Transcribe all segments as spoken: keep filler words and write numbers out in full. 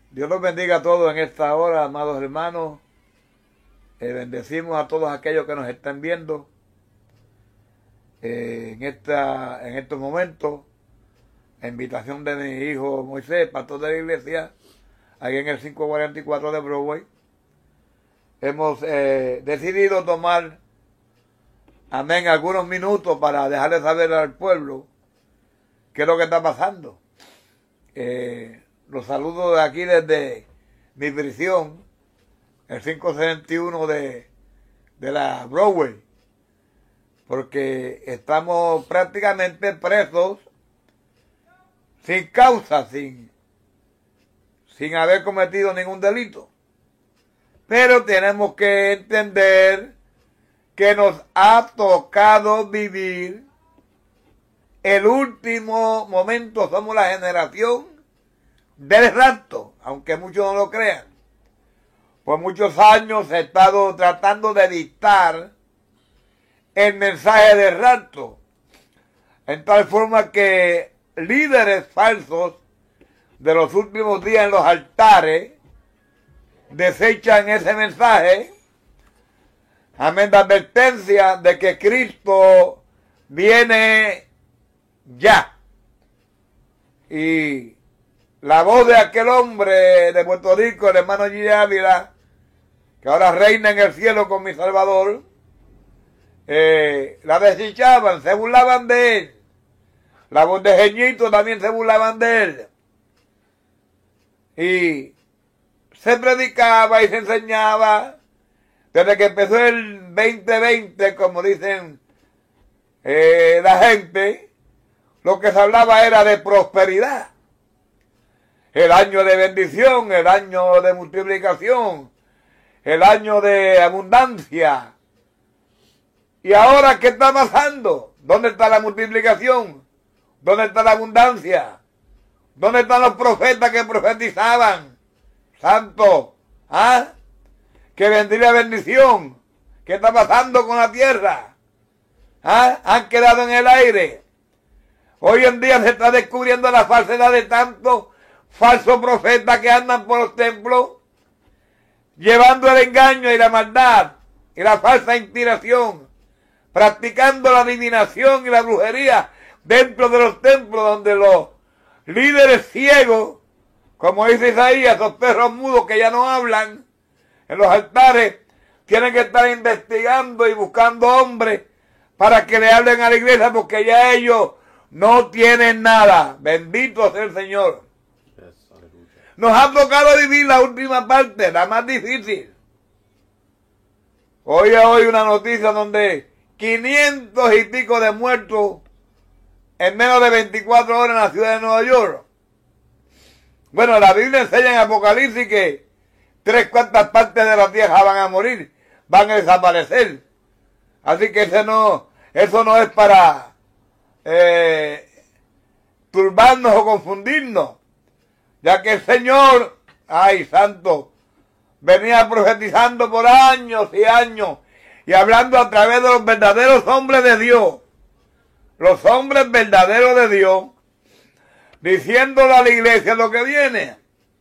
Dios los bendiga a todos en esta hora, amados hermanos. Eh, bendecimos a todos aquellos que nos están viendo eh, en, esta, en estos momentos. A invitación de mi hijo Moisés, pastor de la iglesia, aquí en el quinientos cuarenta y cuatro de Broadway. Hemos eh, decidido tomar, amén, algunos minutos para dejarle saber al pueblo qué es lo que está pasando. Eh, los saludo de aquí desde mi prisión, el quinientos setenta y uno de, de la Broadway, porque estamos prácticamente presos sin causa, sin, sin haber cometido ningún delito. Pero tenemos que entender que nos ha tocado vivir el último momento. Somos la generación del rapto, aunque muchos no lo crean. Por muchos años he estado tratando de dictar el mensaje del rapto, en tal forma que líderes falsos de los últimos días en los altares desechan ese mensaje, amén, de advertencia de que Cristo viene ya. Y la voz de aquel hombre de Puerto Rico, el hermano G. Ávila, que ahora reina en el cielo con mi Salvador, eh, la desechaban, se burlaban de él. La voz de Jeñito también se burlaban de él. Y se predicaba y se enseñaba desde que empezó el veinte veinte, como dicen eh, la gente, lo que se hablaba era de prosperidad. El año de bendición, el año de multiplicación, el año de abundancia. ¿Y ahora qué está pasando? ¿Dónde está la multiplicación? ¿Dónde está la abundancia? ¿Dónde están los profetas que profetizaban? Santo, ¿ah? Que vendría bendición. ¿Qué está pasando con la tierra? ¿Ah? Han quedado en el aire. Hoy en día se está descubriendo la falsedad de tantos falsos profetas que andan por los templos, llevando el engaño y la maldad y la falsa inspiración, practicando la adivinación y la brujería dentro de los templos, donde los líderes ciegos, como dice Isaías, esos perros mudos que ya no hablan, en los altares, tienen que estar investigando y buscando hombres para que le hablen a la iglesia, porque ya ellos no tienen nada. Bendito sea el Señor. Nos ha tocado vivir la última parte, la más difícil. Hoy hoy una noticia donde quinientos y pico de muertos en menos de veinticuatro horas en la ciudad de Nueva York. Bueno, la Biblia enseña en Apocalipsis que tres cuartas partes de la tierra van a morir, van a desaparecer. Así que ese no, eso no es para eh, turbarnos o confundirnos, ya que el Señor, ay santo, venía profetizando por años y años y hablando a través de los verdaderos hombres de Dios, los hombres verdaderos de Dios, diciéndole a la iglesia lo que viene.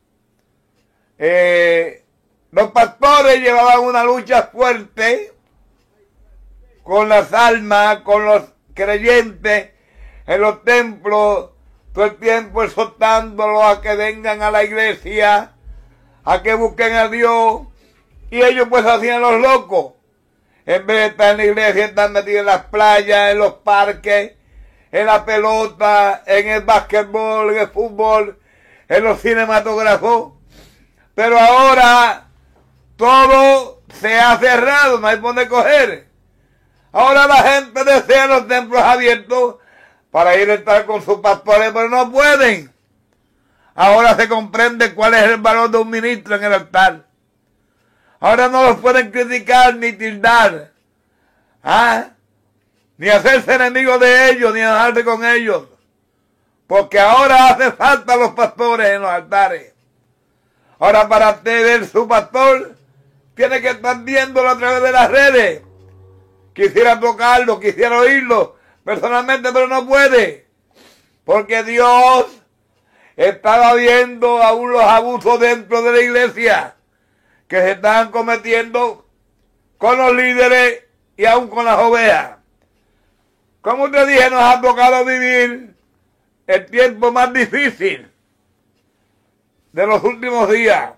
Eh, los pastores llevaban una lucha fuerte con las almas, con los creyentes en los templos, todo el tiempo exhortándolos a que vengan a la iglesia, a que busquen a Dios, y ellos pues hacían los locos. En vez de estar en la iglesia, están metidos en las playas, en los parques, en la pelota, en el básquetbol, en el fútbol, en los cinematógrafos. Pero ahora todo se ha cerrado, no hay por dónde coger. Ahora la gente desea los templos abiertos para ir a estar con sus pastores, pero no pueden. Ahora se comprende cuál es el valor de un ministro en el altar. Ahora no los pueden criticar ni tildar, ¿ah? Ni hacerse enemigos de ellos, ni enojarse con ellos. Porque ahora hace falta los pastores en los altares. Ahora para tener su pastor, tiene que estar viéndolo a través de las redes. Quisiera tocarlo, quisiera oírlo personalmente, pero no puede. Porque Dios estaba viendo aún los abusos dentro de la iglesia que se estaban cometiendo con los líderes y aún con las ovejas. Como te dije, nos ha tocado vivir el tiempo más difícil de los últimos días.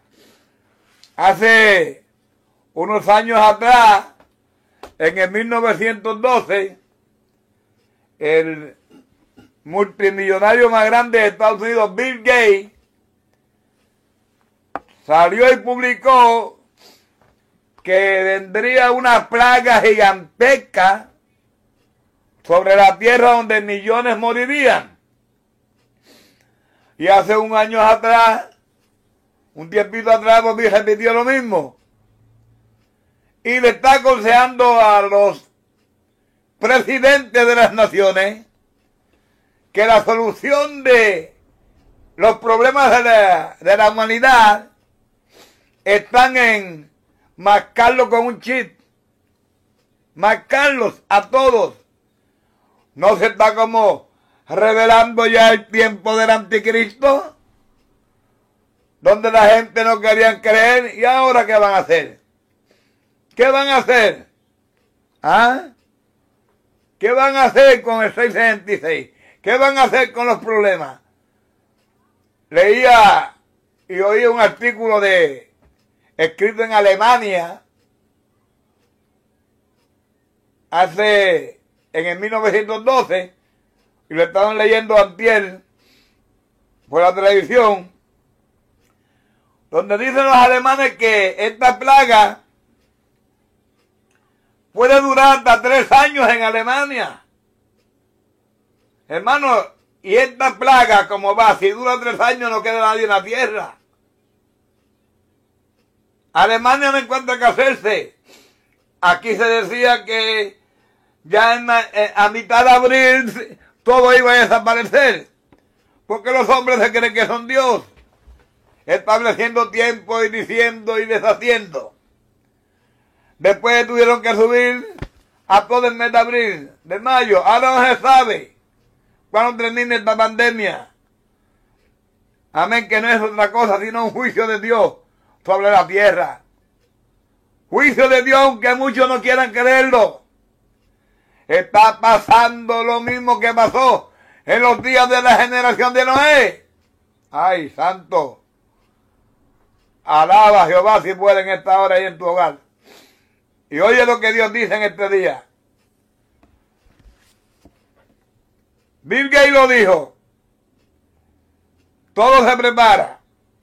Hace unos años atrás, en el mil novecientos doce, el multimillonario más grande de Estados Unidos, Bill Gates, salió y publicó que vendría una plaga gigantesca sobre la tierra donde millones morirían. Y hace un año atrás, un tiempito atrás, Bobby repitió lo mismo. Y le está aconsejando a los presidentes de las naciones que la solución de los problemas de la, de la humanidad están en marcarlos con un chip. Marcarlos a todos. ¿No se está como revelando ya el tiempo del anticristo? Donde la gente no quería creer. ¿Y ahora qué van a hacer? ¿Qué van a hacer? ¿Ah? ¿Qué van a hacer con el seiscientos sesenta y seis? ¿Qué van a hacer con los problemas? Leía y oía un artículo de escrito en Alemania hace en el mil novecientos doce y lo estaban leyendo antier por la televisión, donde dicen los alemanes que esta plaga puede durar hasta tres años en Alemania. Hermano, y esta plaga, como va, si dura tres años no queda nadie en la tierra. Alemania no encuentra qué hacerse. Aquí se decía que ya en, eh, a mitad de abril todo iba a desaparecer. Porque los hombres se creen que son Dios. Estableciendo tiempo y diciendo y deshaciendo. Después tuvieron que subir a todo el mes de abril, de mayo. Ahora no se sabe cuándo termine esta pandemia. Amén, que no es otra cosa sino un juicio de Dios sobre la tierra. Juicio de Dios, aunque muchos no quieran creerlo. Está pasando lo mismo que pasó en los días de la generación de Noé. Ay, santo. Alaba a Jehová si puede en esta hora y en tu hogar. Y oye lo que Dios dice en este día. Bill Gates lo dijo. Todo se prepara.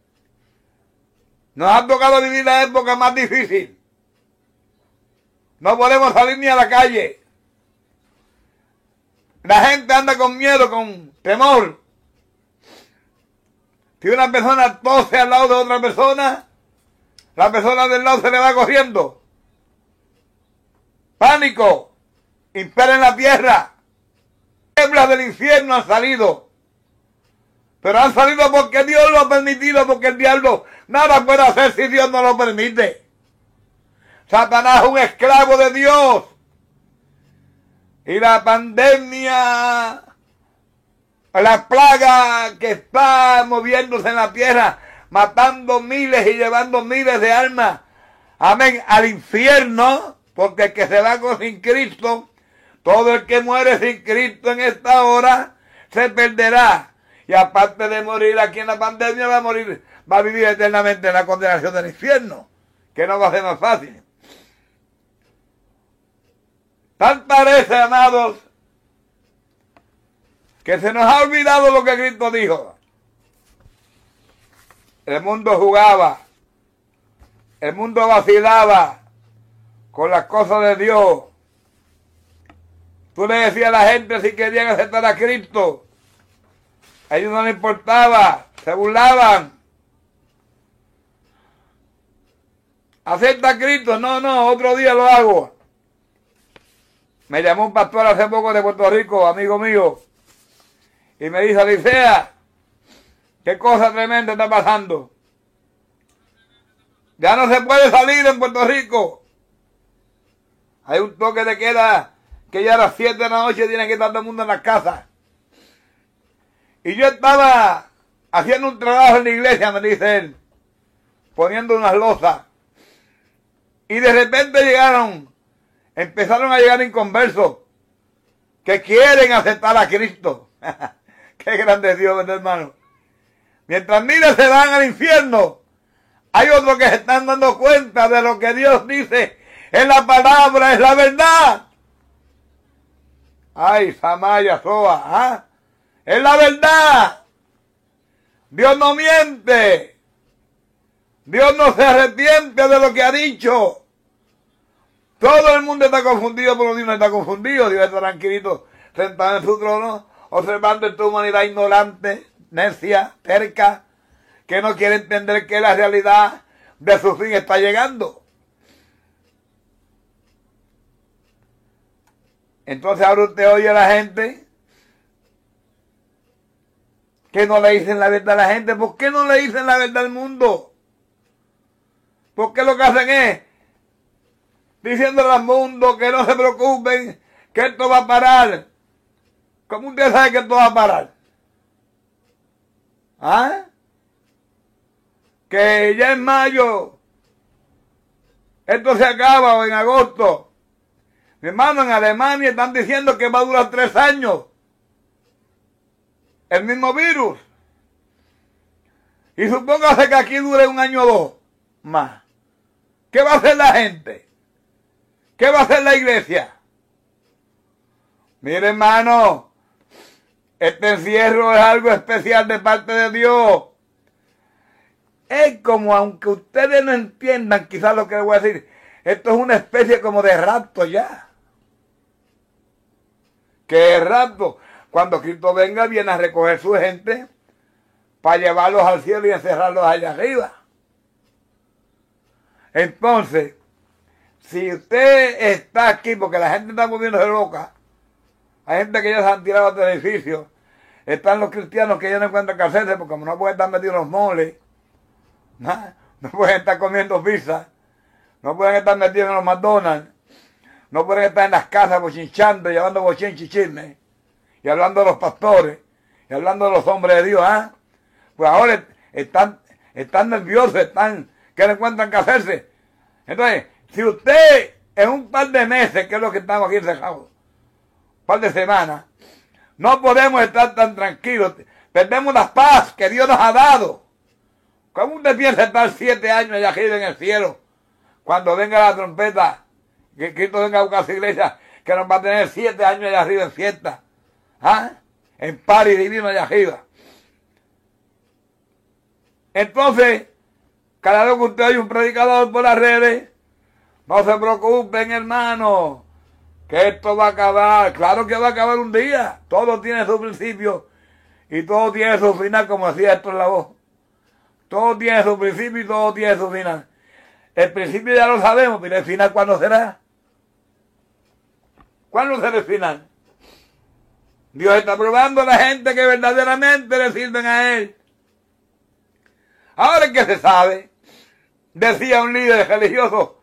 Nos ha tocado vivir la época más difícil. No podemos salir ni a la calle. La gente anda con miedo, con temor. Si una persona tose al lado de otra persona, la persona del lado se le va corriendo. Pánico. Impera en la tierra. Tinieblas del infierno han salido. Pero han salido porque Dios lo ha permitido, porque el diablo nada puede hacer si Dios no lo permite. Satanás es un esclavo de Dios. Y la pandemia, la plaga que está moviéndose en la tierra, matando miles y llevando miles de almas, amén, al infierno, porque el que se va con sin Cristo, todo el que muere sin Cristo en esta hora, se perderá. Y aparte de morir aquí en la pandemia, va a morir, va a vivir eternamente en la condenación del infierno, que no va a ser más fácil. Tal parece, amados, que se nos ha olvidado lo que Cristo dijo. El mundo jugaba, el mundo vacilaba con las cosas de Dios. Tú le decías a la gente si querían aceptar a Cristo. A ellos no les importaba, se burlaban. ¿Acepta a Cristo? No, no, otro día lo hago. Me llamó un pastor hace poco de Puerto Rico, amigo mío, y me dice, Alicia, qué cosa tremenda está pasando. Ya no se puede salir en Puerto Rico. Hay un toque de queda que ya a las siete de la noche tiene que estar todo el mundo en las casas. Y yo estaba haciendo un trabajo en la iglesia, me dice él, poniendo unas losas. Y de repente llegaron, empezaron a llegar inconversos que quieren aceptar a Cristo. Qué grande es Dios, ¿verdad, hermano? Mientras miles se van al infierno, hay otros que se están dando cuenta de lo que Dios dice en la palabra, es la verdad. Ay, Samaya, Soa, ¿ah? Es la verdad. Dios no miente. Dios no se arrepiente de lo que ha dicho. Todo el mundo está confundido, pero Dios no está confundido. Dios está tranquilito, sentado en su trono, observando esta humanidad ignorante, necia, terca, que no quiere entender que la realidad de su fin está llegando. Entonces ahora usted oye a la gente que no le dicen la verdad a la gente. ¿Por qué no le dicen la verdad al mundo? ¿Por qué lo que hacen es diciéndole al mundo que no se preocupen, que esto va a parar? ¿Cómo usted sabe que esto va a parar? ¿Ah? Que ya en mayo esto se acaba, o en agosto. Mi hermano, en Alemania están diciendo que va a durar tres años el mismo virus. Y supóngase que aquí dure un año o dos más. ¿Qué va a hacer la gente? ¿Qué va a hacer la iglesia? Mire, hermano, este encierro es algo especial de parte de Dios. Es como, aunque ustedes no entiendan quizás lo que les voy a decir, esto es una especie como de rapto ya. Que el rapto, cuando Cristo venga, viene a recoger su gente para llevarlos al cielo y encerrarlos allá arriba. Entonces, si usted está aquí, porque la gente está moviéndose loca, hay gente que ya se han tirado del edificio, están los cristianos que ya no encuentran qué hacerse, porque como no pueden estar metidos en los moles, ¿no? No pueden estar comiendo pizza, no pueden estar metidos en los McDonald's, no pueden estar en las casas bochinchando, llevando bochinche y chisme, y hablando de los pastores, y hablando de los hombres de Dios, ¿ah? Pues ahora están, están nerviosos, están, que no encuentran qué hacerse. Entonces, si usted en un par de meses, que es lo que estamos aquí encerrados, un par de semanas, no podemos estar tan tranquilos, perdemos la paz que Dios nos ha dado. ¿Cómo usted piensa estar siete años allá arriba en el cielo, cuando venga la trompeta, que Cristo venga a buscar a su iglesia, que nos va a tener siete años allá arriba en fiesta? ¿Ah? En party divino allá arriba. Entonces, cada vez que usted oye un predicador por las redes, no se preocupen, hermano, que esto va a acabar. Claro que va a acabar un día. Todo tiene su principio y todo tiene su final, como decía esto en la voz. Todo tiene su principio y todo tiene su final. El principio ya lo sabemos, pero el final, ¿cuándo será? ¿Cuándo será el final? Dios está probando a la gente que verdaderamente le sirven a Él. Ahora es que se sabe, decía un líder religioso,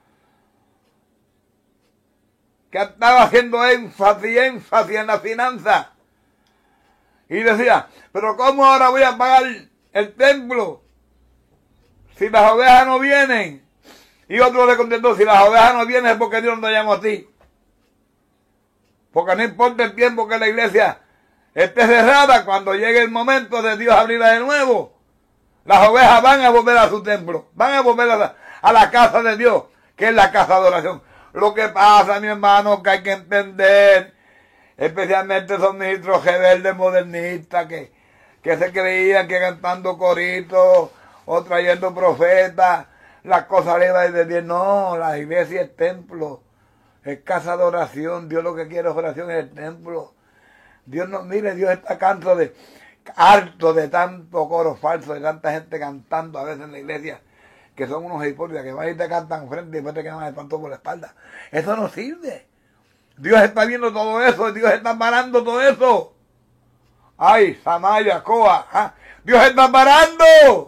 que estaba haciendo énfasis y énfasis en la finanza. Y decía, pero ¿cómo ahora voy a pagar el templo si las ovejas no vienen? Y otro le contestó, si las ovejas no vienen es porque Dios no te llamó a ti. Porque no importa el tiempo que la iglesia esté cerrada, cuando llegue el momento de Dios abrirla de nuevo, las ovejas van a volver a su templo, van a volver a la, a la casa de Dios, que es la casa de oración. Lo que pasa, mi hermano, que hay que entender, especialmente esos ministros rebeldes modernistas que, que se creían que cantando coritos o trayendo profetas, las cosas le iban a decir, no, la iglesia es templo, es casa de oración. Dios lo que quiere es oración en el templo. Dios no, mire, Dios está canto de, harto de tanto coro falso, de tanta gente cantando a veces en la iglesia, que son unos hipócritas, que van y te cantan frente y después te quedan espanto por la espalda. Eso no sirve. Dios está viendo todo eso, Dios está parando todo eso. Ay, Samaya, Coa, ¿ah? Dios está parando.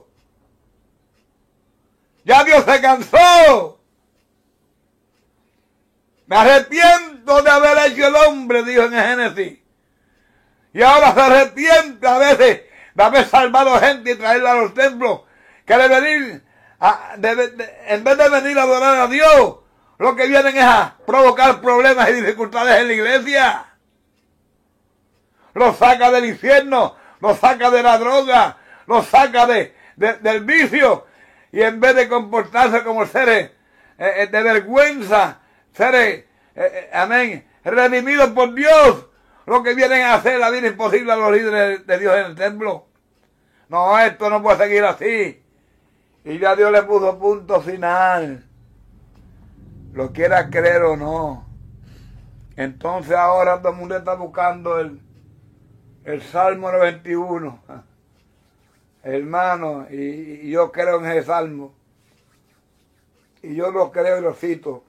Ya Dios se cansó. Me arrepiento de haber hecho el hombre, dijo en el Génesis. Y ahora se arrepiente a veces de haber salvado gente y traerla a los templos, que de venir, a, de, de, en vez de venir a adorar a Dios, lo que vienen es a provocar problemas y dificultades en la iglesia. Los saca del infierno, los saca de la droga, los saca de, de, del vicio, y en vez de comportarse como seres eh, de vergüenza, seres, eh, eh, amén, redimidos por Dios, lo que vienen a hacer la vida imposible a los líderes de Dios en el templo. No, esto no puede seguir así. Y ya Dios le puso punto final. Lo quiera creer o no. Entonces ahora todo el mundo está buscando el, el Salmo noventa y uno. Hermano, y, y yo creo en ese Salmo. Y yo lo creo y lo cito.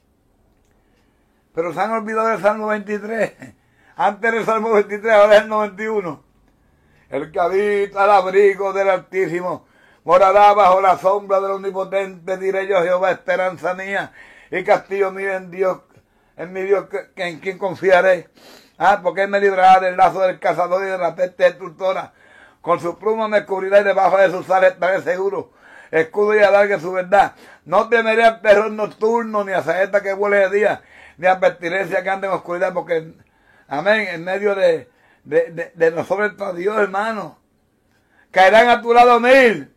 Pero se han olvidado del Salmo veintitrés. Antes del Salmo veintitrés, ahora es el noventa y uno. El que habita al abrigo del Altísimo morará bajo la sombra del Omnipotente. Diré yo, Jehová, esperanza mía y castillo mío en Dios, en mi Dios, que, en quien confiaré. Ah, porque él me librará del lazo del cazador y de la peste destructora. Con su pluma me cubrirá y debajo de sus alas estaré seguro. Escudo y alargue su verdad. No temeré al terror nocturno, ni a saeta que vuele de día, ni a pestilencia que ande en oscuridad, porque, amén, en medio de, de, de, de nosotros está Dios, hermano. Caerán a tu lado mil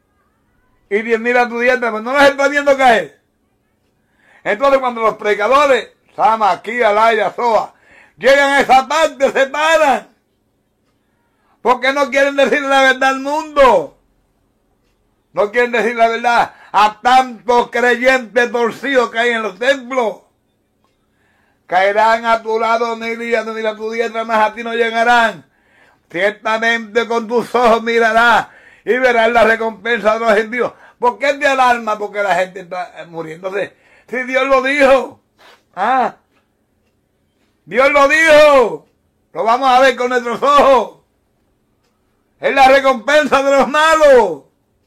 y diez mil a tu diestra, pero no los está viendo caer. Entonces cuando los predicadores, Sama, aquí, Alaya, Soa, llegan a esa parte, se paran. Porque no quieren decir la verdad al mundo. No quieren decir la verdad a tantos creyentes torcidos que hay en los templos. Caerán a tu lado mil y a tu diestra, más a ti no llegarán. Ciertamente con tus ojos mirarás y verás la recompensa de los impíos. ¿Por qué te alarma? Porque la gente está muriéndose. Si Dios lo dijo. Ah, Dios lo dijo. Lo vamos a ver con nuestros ojos. Es la recompensa de los malos.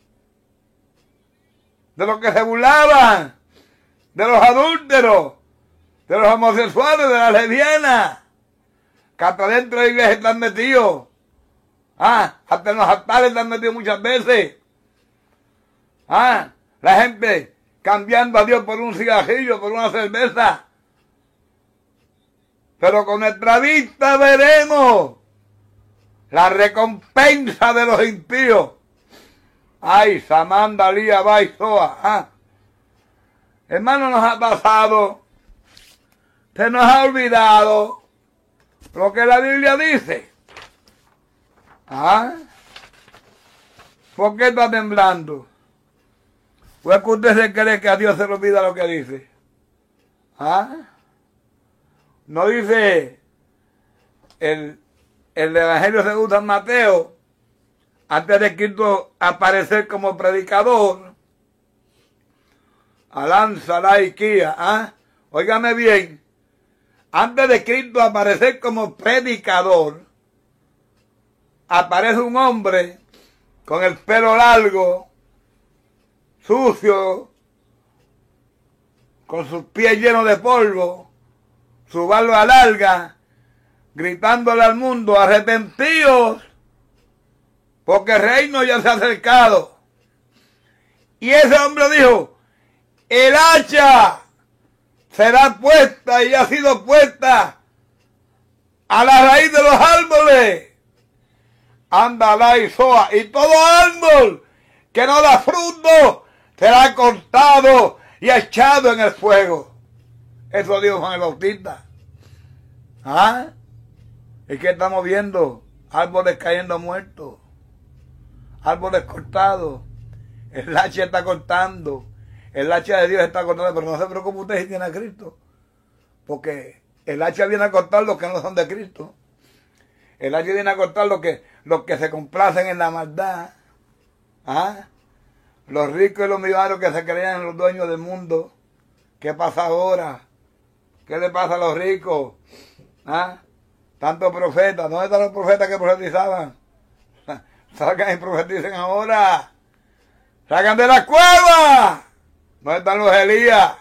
De los que se burlaban. De los adúlteros. De los homosexuales, de las lesbianas. Que hasta dentro de la iglesia están metidos. Ah, hasta en los altares están metidos muchas veces. Ah, la gente cambiando a Dios por un cigarrillo, por una cerveza. Pero con nuestra vista veremos la recompensa de los impíos. Ay, Samanda, Lía, Baizoa. Ah. Hermano, nos ha pasado, se nos ha olvidado lo que la Biblia dice. Ah. ¿Por qué está temblando? Pues que usted se cree que a Dios se le olvida lo que dice. ¿Ah? No dice el, el Evangelio según San Mateo, antes de Cristo aparecer como predicador, Alanza, la Iquía, ¿ah? Óigame bien, antes de Cristo aparecer como predicador, aparece un hombre con el pelo largo, sucio, con sus pies llenos de polvo, su barba larga, gritándole al mundo, arrepentidos, porque el reino ya se ha acercado. Y ese hombre dijo, el hacha será puesta y ha sido puesta a la raíz de los árboles. Anda, la y soa, y todo árbol que no da fruto será cortado y echado en el fuego. Eso dijo Juan el Bautista. ¿Ah? ¿Y qué estamos viendo? Árboles cayendo muertos. Árboles cortados. El hacha está cortando. El hacha de Dios está cortando. Pero no se preocupe usted si tiene a Cristo. Porque el hacha viene a cortar los que no son de Cristo. El hacha viene a cortar los que, los que se complacen en la maldad. ¿Ah? Los ricos y los millonarios que se creían los dueños del mundo. ¿Qué pasa ahora? ¿Qué le pasa a los ricos? ¿Ah? Tantos profetas. ¿Dónde están los profetas que profetizaban? Salgan y profeticen ahora. Salgan de la cueva. ¿Dónde están los Elías?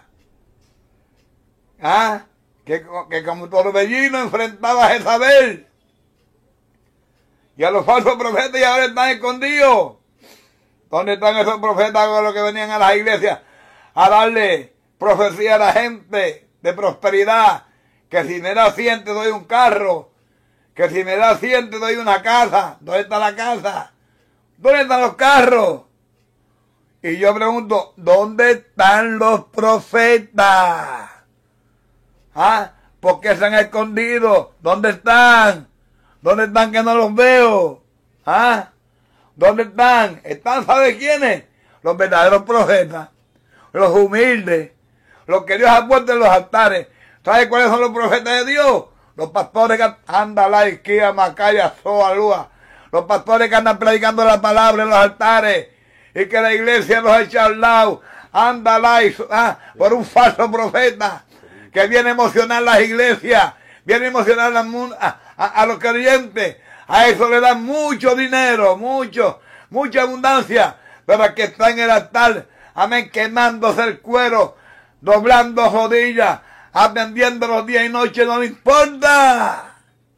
¿Ah? Que, que como torbellino enfrentaba a Jezabel. Y a los falsos profetas y ahora están escondidos. ¿Dónde están esos profetas con los que venían a las iglesias a darle profecía a la gente de prosperidad? Que si me da cien te doy un carro. Que si me da cien te doy una casa. ¿Dónde está la casa? ¿Dónde están los carros? Y yo pregunto, ¿dónde están los profetas? ¿Ah? ¿Por qué se han escondido? ¿Dónde están? ¿Dónde están que no los veo? ¿Ah? ¿Dónde están? ¿Están, sabe quiénes? Los verdaderos profetas, los humildes, los que Dios ha puesto en los altares. ¿Sabe cuáles son los profetas de Dios? Los pastores que andan la izquierda, Macaya, Soa, Lua. Los pastores que andan predicando la palabra en los altares y que la iglesia los echa al lado. Anda la, ah, por un falso profeta que viene a emocionar las iglesias, viene a emocionar a, a, a los creyentes. A eso le dan mucho dinero, mucho, mucha abundancia, pero al que está en el altar, amén, quemándose el cuero, doblando rodillas, atendiendo los días y noches, no le importa.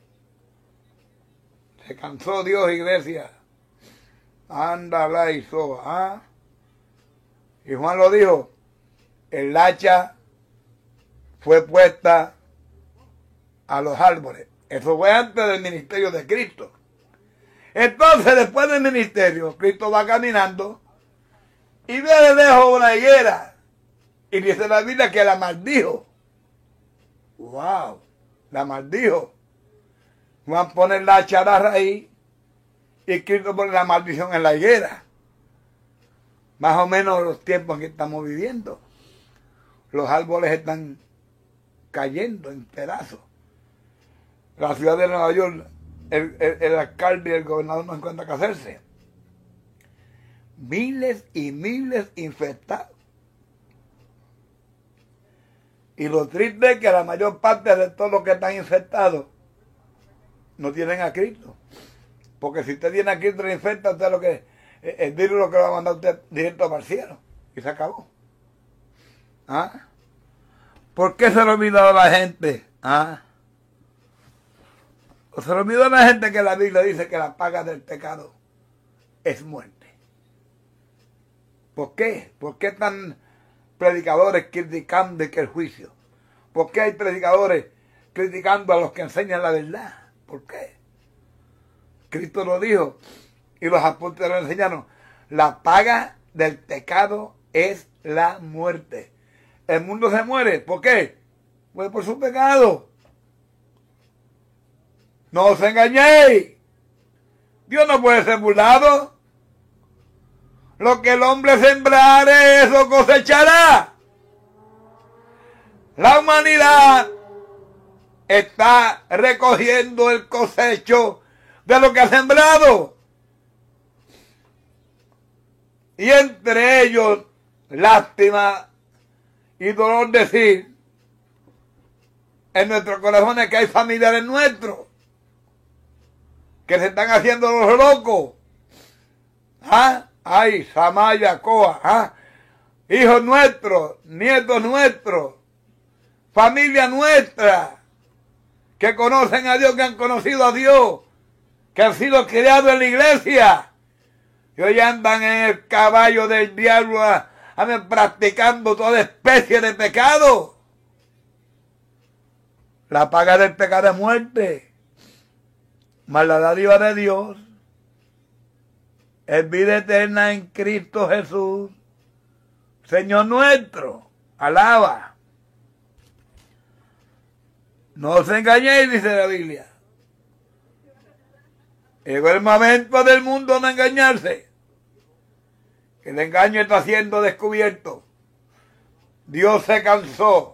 Se cansó Dios, iglesia. Anda la hizo, ¿ah? Y Juan lo dijo, el hacha fue puesta a los árboles. Eso fue antes del ministerio de Cristo. Entonces, después del ministerio, Cristo va caminando y ve de lejos una higuera. Y dice la Biblia que la maldijo. ¡Wow! La maldijo. Juan pone la hacha a la raíz y Cristo pone la maldición en la higuera. Más o menos los tiempos en que estamos viviendo. Los árboles están cayendo en pedazos. La ciudad de Nueva York, el, el, el alcalde y el gobernador no encuentran qué hacerse. Miles y miles infectados. Y lo triste es que la mayor parte de todos los que están infectados no tienen a Cristo. Porque si usted tiene a Cristo y le infecta, usted lo que, el virus lo que va a mandar usted directo para el cielo. Y se acabó. ¿Ah? ¿Por qué se lo olvidó a la gente? ¿Ah? O se le olvidó a la gente que la Biblia dice que la paga del pecado es muerte. ¿Por qué? ¿Por qué están predicadores criticando que el juicio? ¿Por qué hay predicadores criticando a los que enseñan la verdad? ¿Por qué? Cristo lo dijo y los apóstoles lo enseñaron. La paga del pecado es la muerte. El mundo se muere. ¿Por qué? Pues por su pecado. No os engañéis. Dios no puede ser burlado. Lo que el hombre sembrare, eso cosechará. La humanidad está recogiendo el cosecho de lo que ha sembrado. Y entre ellos, lástima y dolor decir, en nuestros corazones que hay familiares nuestros que se están haciendo los locos. ¿Ah? Ay, Samaya, Coa, ¿ah? Hijos nuestros, nietos nuestros, familia nuestra, que conocen a Dios, que han conocido a Dios, que han sido criados en la iglesia, y hoy andan en el caballo del diablo, andan practicando toda especie de pecado. La paga del pecado es muerte. Mas la dádiva de Dios es vida eterna en Cristo Jesús, Señor nuestro. Alaba. No os engañéis, dice la Biblia. Llegó el momento del mundo no engañarse. El engaño está siendo descubierto. Dios se cansó.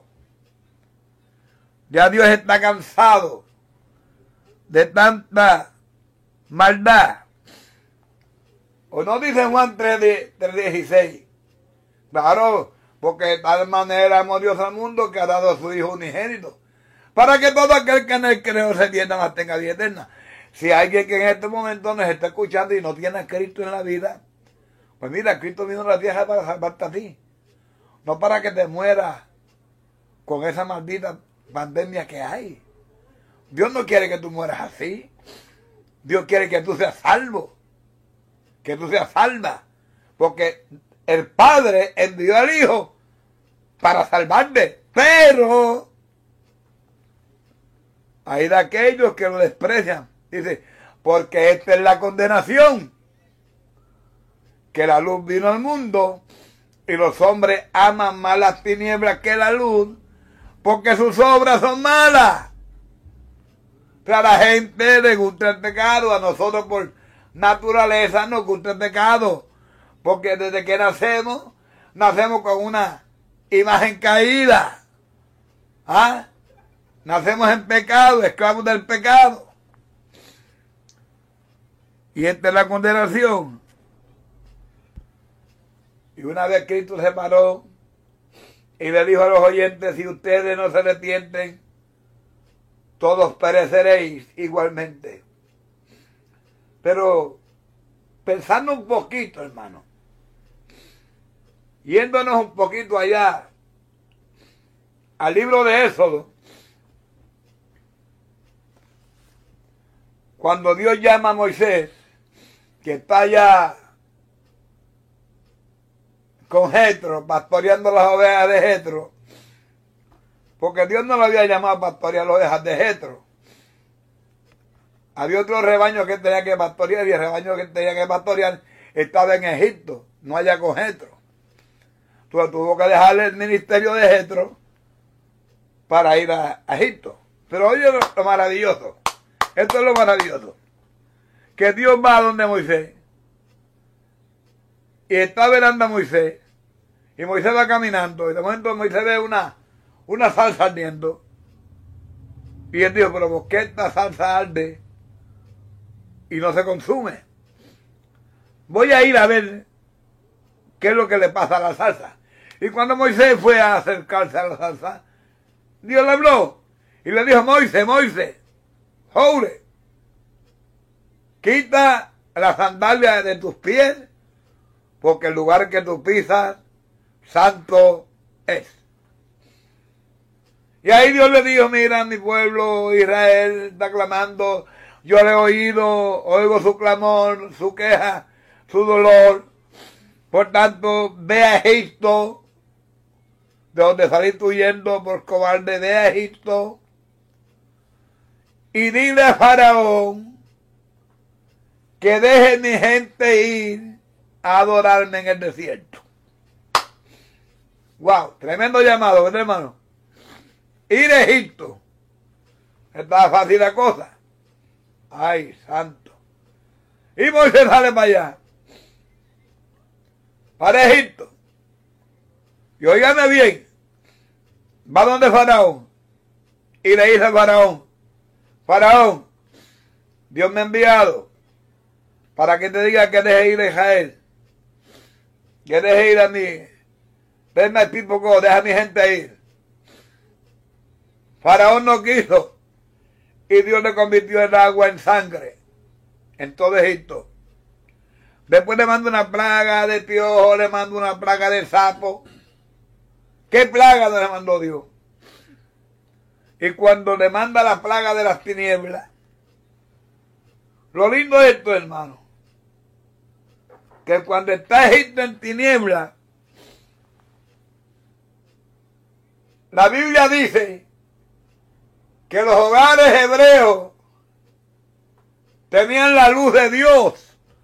Ya Dios está cansado de tanta maldad. ¿O no dice Juan tres dieciséis? Claro, porque de tal manera amó Dios al mundo que ha dado a su Hijo unigénito, para que todo aquel que en él cree se pierda, mas tenga vida eterna. Si hay alguien que en este momento nos está escuchando y no tiene a Cristo en la vida, pues mira, Cristo vino a la tierra para salvarte a ti. No para que te mueras con esa maldita pandemia que hay. Dios no quiere que tú mueras así. Dios quiere que tú seas salvo, que tú seas salva, porque el Padre envió al Hijo para salvarte, pero hay de aquellos que lo desprecian. Dice, porque esta es la condenación, que la luz vino al mundo y los hombres aman más las tinieblas que la luz, porque sus obras son malas. O sea, a la gente le gusta el pecado, a nosotros por naturaleza nos gusta el pecado, porque desde que nacemos, nacemos con una imagen caída. ¿Ah? Nacemos en pecado, esclavos del pecado. Y esta es la condenación. Y una vez Cristo se paró y le dijo a los oyentes, si ustedes no se arrepienten, todos pereceréis igualmente. Pero pensando un poquito, hermano, yéndonos un poquito allá al libro de Éxodo, cuando Dios llama a Moisés, que está allá con Jetro, pastoreando las ovejas de Jetro, porque Dios no lo había llamado a pastorear las ovejas de Jetro. Había otro rebaño que él tenía que pastorear, y el rebaño que él tenía que pastorear estaba en Egipto, no allá con Jetro. Entonces tuvo que dejarle el ministerio de Jetro para ir a, a Egipto. Pero oye lo, lo maravilloso, esto es lo maravilloso, que Dios va a donde Moisés, y está velando a Moisés, y Moisés va caminando, y de momento Moisés ve una, una salsa ardiendo, y él dijo, pero ¿por qué esta salsa arde y no se consume? Voy a ir a ver qué es lo que le pasa a la salsa. Y cuando Moisés fue a acercarse a la salsa, Dios le habló, y le dijo, Moisés, Moisés, jure, quita la sandalia de tus pies, porque el lugar que tú pisas, santo es. Y ahí Dios le dijo, mira, mi pueblo Israel está clamando, yo le he oído, oigo su clamor, su queja, su dolor. Por tanto, ve a Egipto, de donde saliste huyendo por cobarde, ve a Egipto, y dile a Faraón que deje mi gente ir a adorarme en el desierto. Wow, tremendo llamado, ¿verdad, hermano? Ir a Egipto. Estaba fácil la cosa. Ay, santo. Y Moisés sale para allá, para Egipto. Y óigame bien, va donde Faraón y le dice a Faraón, Faraón, Dios me ha enviado para que te diga que deje ir a Israel, que deje ir a mí, let my people go, deja a mi gente ir. Faraón no quiso, y Dios le convirtió el agua en sangre en todo Egipto. Después le manda una plaga de piojo, le manda una plaga de sapo. ¿Qué plaga le mandó Dios? Y cuando le manda la plaga de las tinieblas, lo lindo de esto, hermano, que cuando está Egipto en tinieblas, la Biblia dice que los hogares hebreos tenían la luz de Dios.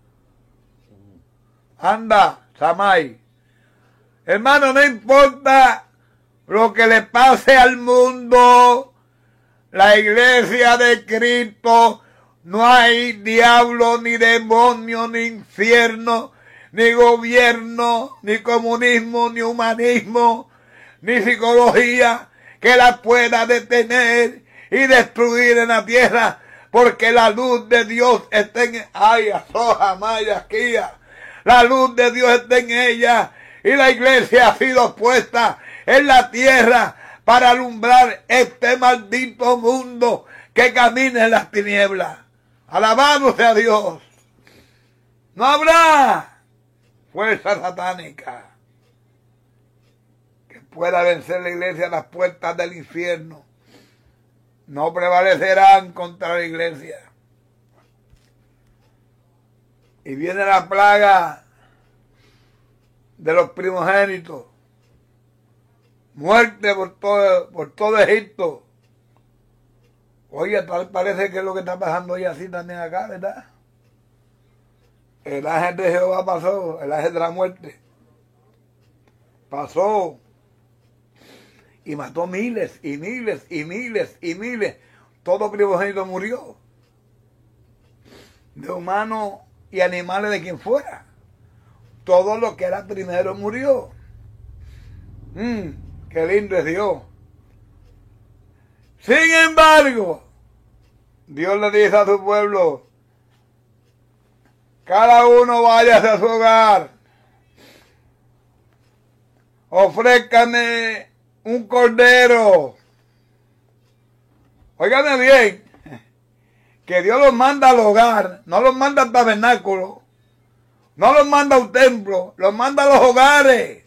Anda, Samay. Hermano, no importa lo que le pase al mundo, la iglesia de Cristo, no hay diablo, ni demonio, ni infierno, ni gobierno, ni comunismo, ni humanismo, ni psicología que la pueda detener y destruir en la tierra, porque la luz de Dios está en ay, asoja, maya, kia. La luz de Dios está en ella, y la iglesia ha sido puesta en la tierra para alumbrar este maldito mundo que camina en las tinieblas. Alabado sea Dios. No habrá fuerza satánica que pueda vencer la iglesia a las puertas del infierno. No prevalecerán contra la iglesia. y viene la plaga de los primogénitos, muerte por todo, por todo Egipto. Oye, tal parece que es lo que está pasando hoy así también acá, ¿verdad? El ángel de Jehová pasó, el ángel de la muerte, pasó y mató miles y miles y miles y miles. Todo primogénito murió, de humanos y animales de quien fuera. Todo lo que era primero murió. Mm, qué lindo es Dios. Sin embargo, Dios le dice a su pueblo, cada uno vaya a su hogar, ofrézcame un cordero. Óigame bien, que Dios los manda al hogar, no los manda al tabernáculo, no los manda a un templo, los manda a los hogares.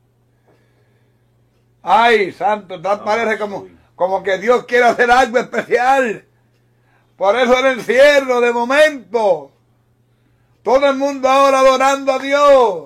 Ay, santo, tal parece como, como que Dios quiere hacer algo especial. Por eso el encierro de momento. Todo el mundo ahora adorando a Dios.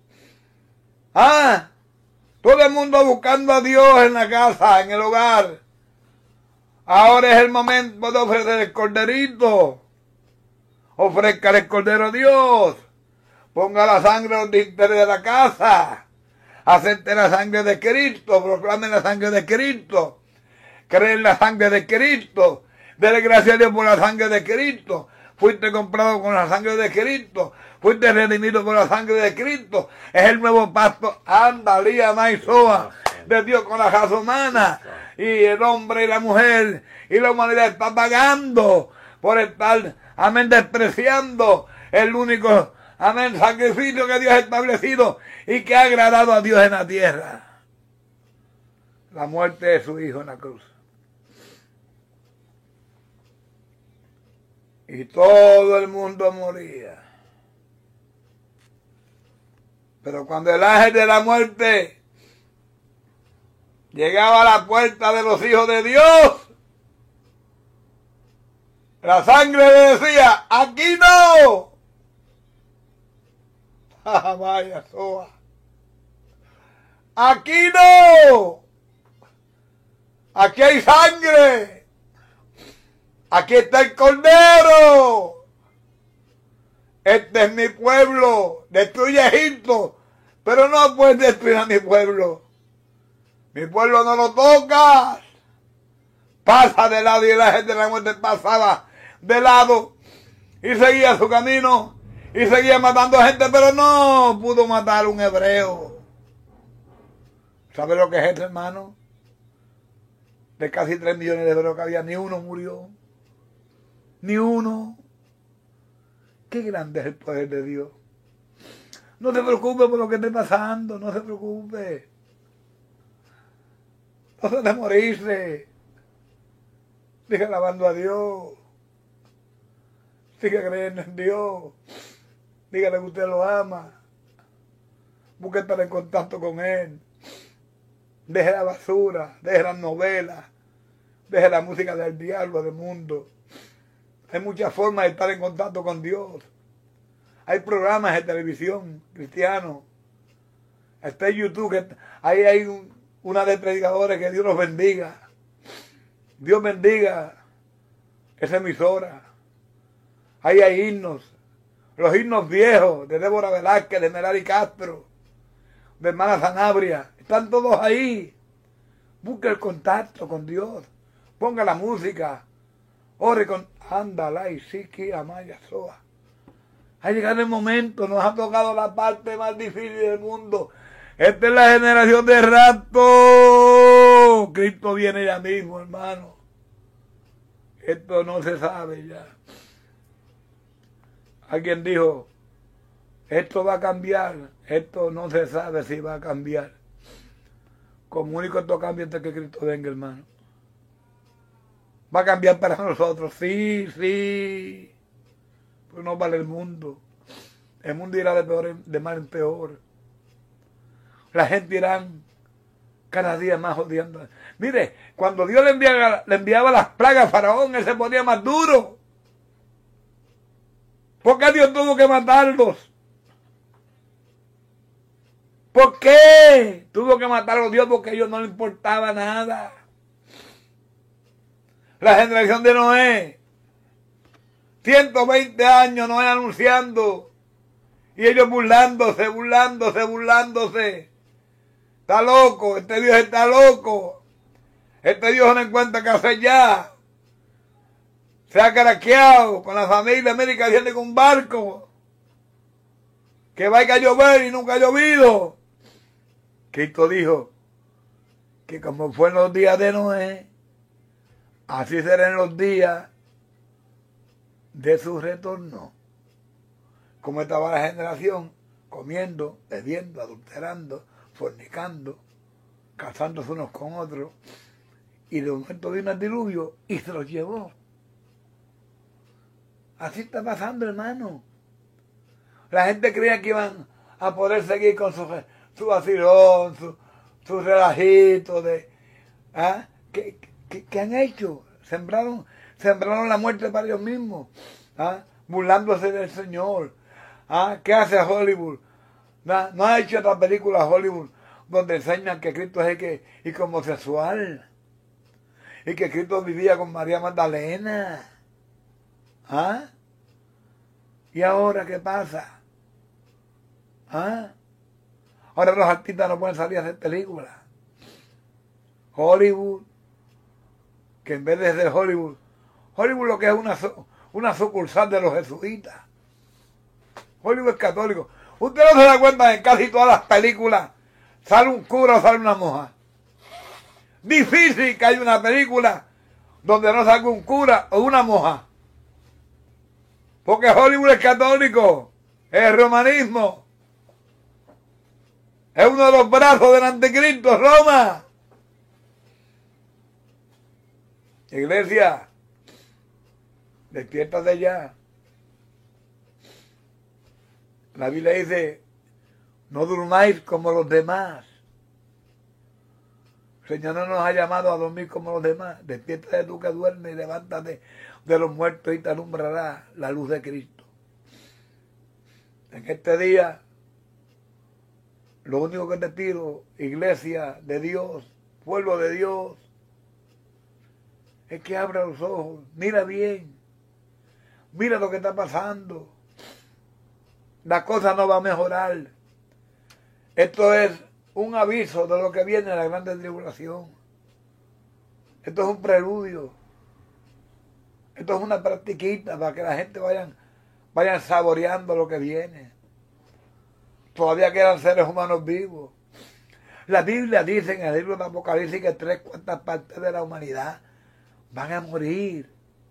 Ah, todo el mundo buscando a Dios en la casa, en el hogar. Ahora es el momento de ofrecer el corderito. Ofrezca el cordero a Dios. Ponga la sangre en los dinteles de la casa. Acepte la sangre de Cristo. Proclame la sangre de Cristo. Cree en la sangre de Cristo. Dele gracias a Dios por la sangre de Cristo. Fuiste comprado con la sangre de Cristo. Fuiste redimido por la sangre de Cristo. Es el nuevo pacto. Andalía Maizoa de Dios con la raza humana. Y el hombre y la mujer y la humanidad está pagando por estar, amén, despreciando el único, amén, sacrificio que Dios ha establecido y que ha agradado a Dios en la tierra. La muerte de su Hijo en la cruz. Y todo el mundo moría. Pero cuando el ángel de la muerte llegaba a la puerta de los hijos de Dios, la sangre le decía, aquí no. Ah, vaya soa. Aquí no. Aquí hay sangre. Aquí está el cordero. Este es mi pueblo. Destruye Egipto. Pero no puedes destruir a mi pueblo. Mi pueblo no lo tocas. Pasa de lado, y el ángel de la muerte pasaba de lado y seguía su camino y seguía matando gente, pero no pudo matar a un hebreo. ¿Sabe lo que es eso, hermano? De casi tres millones de hebreos que había, ni uno murió. Ni uno. Qué grande es el poder de Dios. No se preocupe por lo que esté pasando, no se preocupe. No se de morirse. Sigue alabando a Dios. Sigue creyendo en Dios. Dígale que usted lo ama. Busque estar en contacto con Él. Deje la basura, deje las novelas, deje la música del diablo, del mundo. Hay muchas formas de estar en contacto con Dios. Hay programas de televisión cristianos. Está en YouTube, que ahí hay un, una de predicadores, que Dios los bendiga. Dios bendiga esa emisora. Ahí hay himnos. Los himnos viejos de Débora Velázquez, de Melari Castro, de hermana Sanabria. Están todos ahí. Busque el contacto con Dios. Ponga la música. Ore con... Ándala y sí que amaya soa. Ha llegado el momento. Nos ha tocado la parte más difícil del mundo. Esta es la generación de rapto. Cristo viene ya mismo, hermano. Esto no se sabe ya. Alguien dijo, esto va a cambiar. Esto no se sabe si va a cambiar. Como único esto cambia hasta que Cristo venga, hermano. Va a cambiar para nosotros. Sí, sí. Pues no vale el mundo. El mundo irá de, peor, de mal en peor. La gente irá cada día más odiando. Mire, cuando Dios le enviaba, le enviaba las plagas a Faraón, él se ponía más duro. ¿Por qué Dios tuvo que matarlos? ¿Por qué tuvo que matarlos Dios? Porque a ellos no les importaba nada. La generación de Noé, ciento veinte años Noé anunciando, y ellos burlándose, burlándose, burlándose. Está loco, este Dios está loco. Este Dios no encuentra qué hacer ya. Se ha craqueado con la familia América, viene con un barco. Que vaya a llover y nunca ha llovido. Cristo dijo que como fue en los días de Noé, así será en los días de su retorno. Como estaba la generación comiendo, bebiendo, adulterando, fornicando, casándose unos con otros, y de momento vino el diluvio y se los llevó. Así está pasando, hermano. La gente creía que iban a poder seguir con su, su vacilón, su, su relajito de... ¿ah? ¿Qué, qué, ¿Qué han hecho? Sembraron, sembraron la muerte para ellos mismos, ¿ah? Burlándose del Señor. ¿Ah? ¿Qué hace Hollywood? ¿No, no ha hecho otra película Hollywood donde enseñan que Cristo es el que y homosexual? Y que Cristo vivía con María Magdalena. ¿Ah? ¿Y ahora qué pasa? ¿Ah? Ahora los artistas no pueden salir a hacer películas. Hollywood, que en vez de ser Hollywood, Hollywood lo que es una, una sucursal de los jesuitas. Hollywood es católico. Usted no se da cuenta que en casi todas las películas sale un cura o sale una monja. Difícil que haya una película donde no salga un cura o una monja. Porque Hollywood es católico, es el romanismo. Es uno de los brazos del anticristo, Roma. Iglesia, despiértate ya. La Biblia dice, no durmáis como los demás. El Señor no nos ha llamado a dormir como los demás. Despiértate tú que duermes y levántate de los muertos y te alumbrará la luz de Cristo. En este día, lo único que te pido, iglesia de Dios, pueblo de Dios, es que abra los ojos, mira bien, mira lo que está pasando. La cosa no va a mejorar. Esto es un aviso de lo que viene en la gran tribulación. Esto es un preludio. Esto es una practiquita para que la gente vayan, vayan saboreando lo que viene. Todavía quedan seres humanos vivos. La Biblia dice en el libro de Apocalipsis que tres cuartas partes de la humanidad van a morir.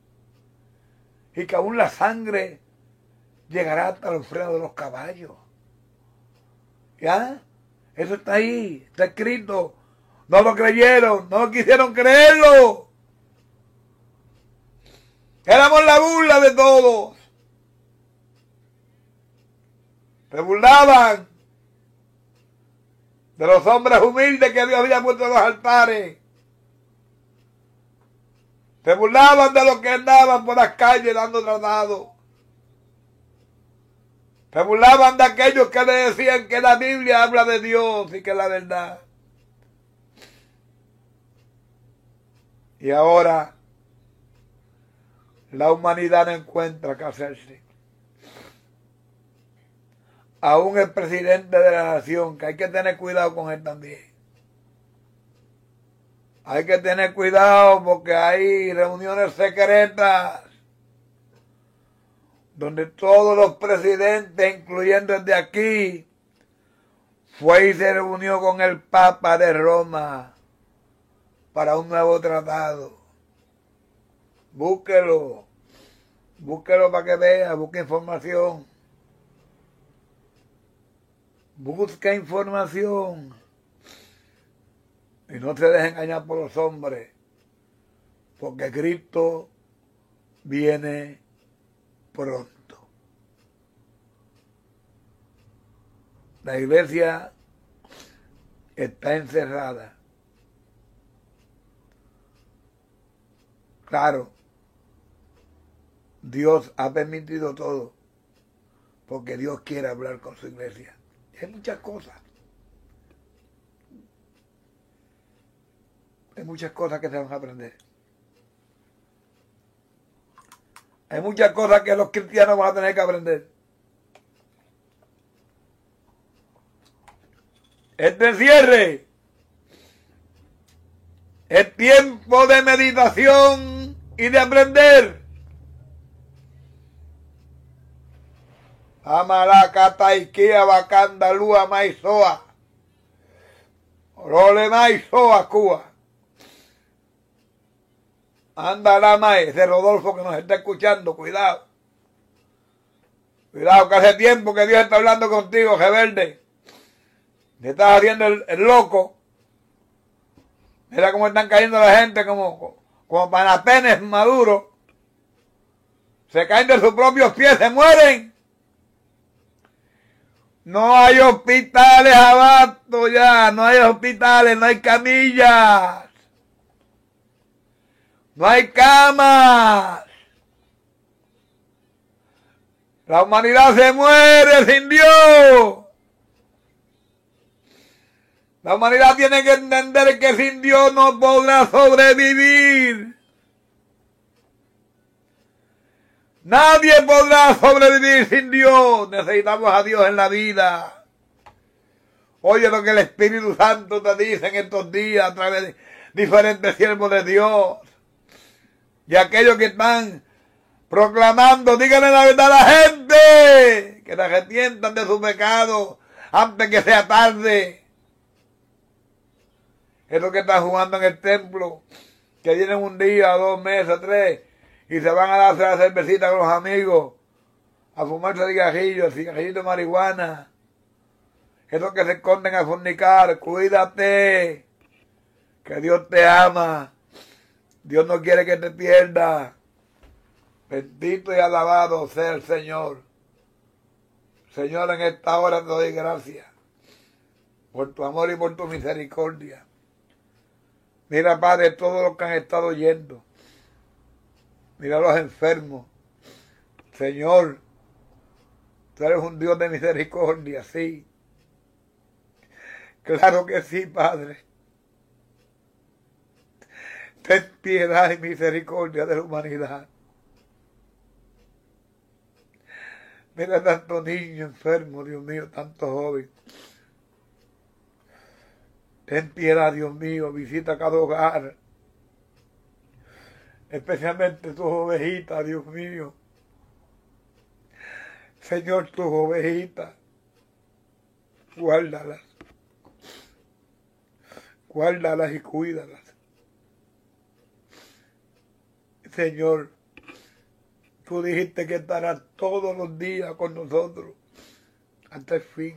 Y que aún la sangre llegará hasta los frenos de los caballos. ¿Ya? Eso está ahí, está escrito. No lo creyeron, no quisieron creerlo. Éramos la burla de todos. Se burlaban de los hombres humildes que Dios había puesto en los altares. Se burlaban de los que andaban por las calles dando tratados. Se burlaban de aquellos que le decían que la Biblia habla de Dios y que es la verdad. Y ahora la humanidad no encuentra qué hacerse. Aún el presidente de la nación, que hay que tener cuidado con él también. Hay que tener cuidado porque hay reuniones secretas donde todos los presidentes, incluyendo el de aquí, fue y se reunió con el Papa de Roma para un nuevo tratado. Búsquelo, búsquelo para que vea, busque información. Busca información y no se deje engañar por los hombres, porque Cristo viene pronto. La iglesia está encerrada. Claro, Dios ha permitido todo porque Dios quiere hablar con su iglesia. Hay muchas cosas. Hay muchas cosas que se van a aprender. Hay muchas cosas que los cristianos van a tener que aprender. Este cierre es tiempo de meditación y de aprender. Amalacata Ikea Bacanda Lua Maizoa. Role Maizoa Cuba. Anda la mae de Rodolfo que nos está escuchando, cuidado. Cuidado que hace tiempo que Dios está hablando contigo, Reverde. Te estás haciendo el, el loco. Mira cómo están cayendo la gente como, como panapenes maduros. Se caen de sus propios pies, se mueren. No hay hospitales abasto ya, no hay hospitales, no hay camillas. No hay camas. La humanidad se muere sin Dios. La humanidad tiene que entender que sin Dios no podrá sobrevivir. Nadie podrá sobrevivir sin Dios. Necesitamos a Dios en la vida. Oye lo que el Espíritu Santo te dice en estos días a través de diferentes siervos de Dios. Y aquellos que están proclamando, díganle la verdad a la gente, que se arrepientan de su pecado antes que sea tarde. Es lo que están jugando en el templo, que vienen un día, dos meses, tres, y se van a darse la cervecita con los amigos, a fumarse cigarrillos, cigarrillos de marihuana. Esos que se esconden a fornicar, cuídate, que Dios te ama. Dios no quiere que te pierdas. Bendito y alabado sea el Señor. Señor, en esta hora te doy gracias por tu amor y por tu misericordia. Mira, Padre, todos los que han estado yendo. Mira a los enfermos. Señor, tú eres un Dios de misericordia, sí. Claro que sí, Padre. Ten piedad y misericordia de la humanidad. Mira tantos niños enfermos, Dios mío, tantos jóvenes. Ten piedad, Dios mío, visita cada hogar. Especialmente tus ovejitas, Dios mío. Señor, tus ovejitas, guárdalas. Guárdalas y cuídalas. Señor, tú dijiste que estarás todos los días con nosotros hasta el fin.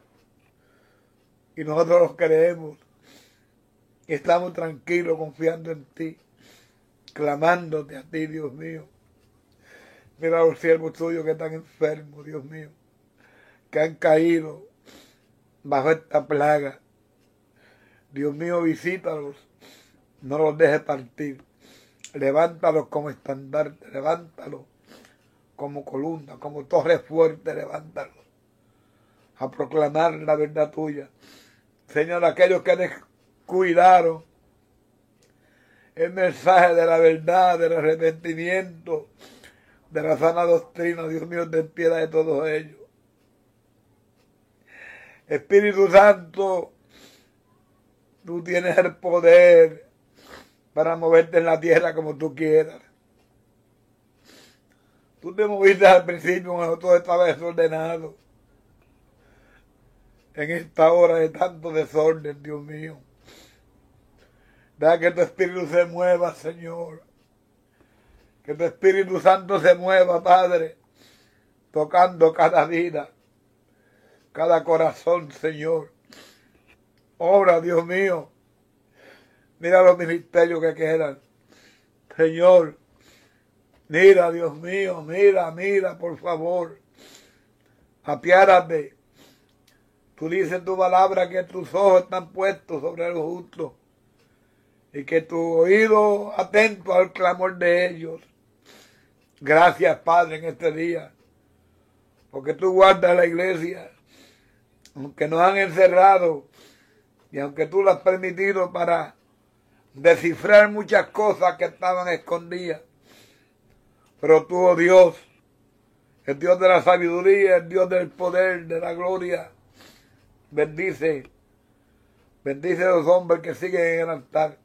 Y nosotros los creemos. Y estamos tranquilos confiando en ti, clamándote a ti, Dios mío. Mira a los siervos tuyos que están enfermos, Dios mío, que han caído bajo esta plaga. Dios mío, visítalos, no los dejes partir. Levántalos como estandarte, levántalos como columna, como torre fuerte, levántalos a proclamar la verdad tuya. Señor, aquellos que descuidaron el mensaje de la verdad, del arrepentimiento, de la sana doctrina, Dios mío, ten piedad de todos ellos. Espíritu Santo, tú tienes el poder para moverte en la tierra como tú quieras. Tú te moviste al principio cuando todo estaba desordenado. En esta hora de tanto desorden, Dios mío. Deja que tu Espíritu se mueva, Señor. Que tu Espíritu Santo se mueva, Padre, tocando cada vida, cada corazón, Señor. Obra, Dios mío. Mira los ministerios que quedan. Señor, mira, Dios mío, mira, mira, por favor. Apiádate. Tú dices en tu palabra que tus ojos están puestos sobre los justos y que tu oído atento al clamor de ellos. Gracias, Padre, en este día, porque tú guardas la iglesia, aunque nos han encerrado y aunque tú lo has permitido para descifrar muchas cosas que estaban escondidas. Pero tú, oh Dios, el Dios de la sabiduría, el Dios del poder, de la gloria, bendice, bendice a los hombres que siguen en el altar,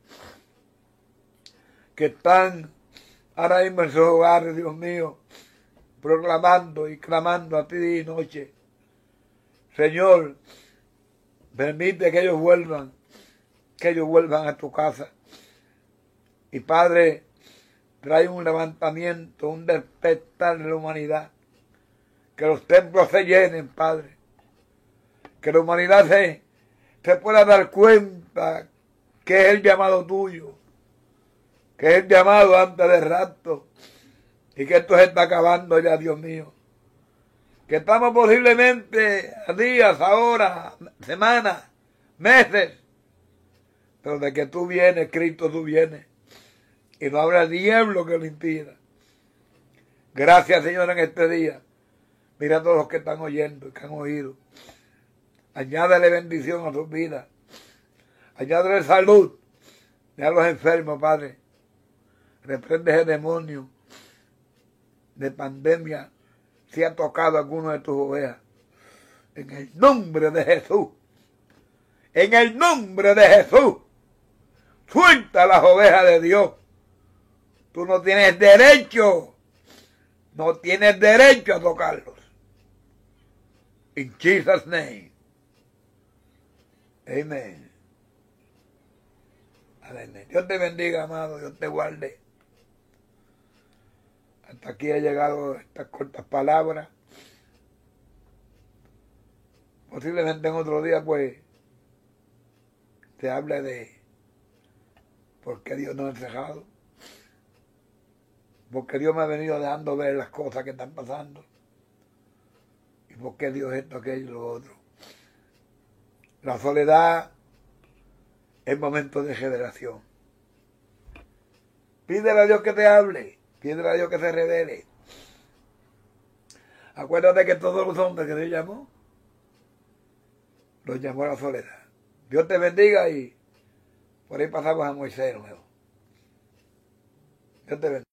que están ahora mismo en sus hogares, Dios mío, proclamando y clamando a ti día y noche. Señor, permite que ellos vuelvan, que ellos vuelvan a tu casa. Y Padre, trae un levantamiento, un despertar de la humanidad. Que los templos se llenen, Padre. Que la humanidad se, se pueda dar cuenta que es el llamado tuyo. Que es el llamado antes del rapto. Y que esto se está acabando ya, Dios mío. Que estamos posiblemente a días, a horas, semanas, meses. Pero de que tú vienes, Cristo, tú vienes. Y no habrá diablo que lo impida. Gracias, Señor, en este día. Mira a todos los que están oyendo y que han oído. Añádale bendición a sus vidas. Añádale salud. Deja a los enfermos, Padre. Reprende ese demonio de pandemia si ha tocado a alguno de tus ovejas. En el nombre de Jesús. En el nombre de Jesús. Suelta las ovejas de Dios. Tú no tienes derecho. No tienes derecho a tocarlos. In Jesus' name. Amén. Amén. Dios te bendiga, amado. Dios te guarde. Hasta aquí ha llegado estas cortas palabras. Posiblemente en otro día, pues, te hable de por qué Dios nos ha dejado. Porque Dios me ha venido dejando ver las cosas que están pasando. Y por qué Dios esto, aquello y lo otro. La soledad es momento de generación. Pídele a Dios que te hable. Pídele a Dios que se revele. Acuérdate que todos los hombres que Dios llamó, los llamó a la soledad. Dios te bendiga y por ahí pasamos a Moisés nuevo. Dios te bendiga.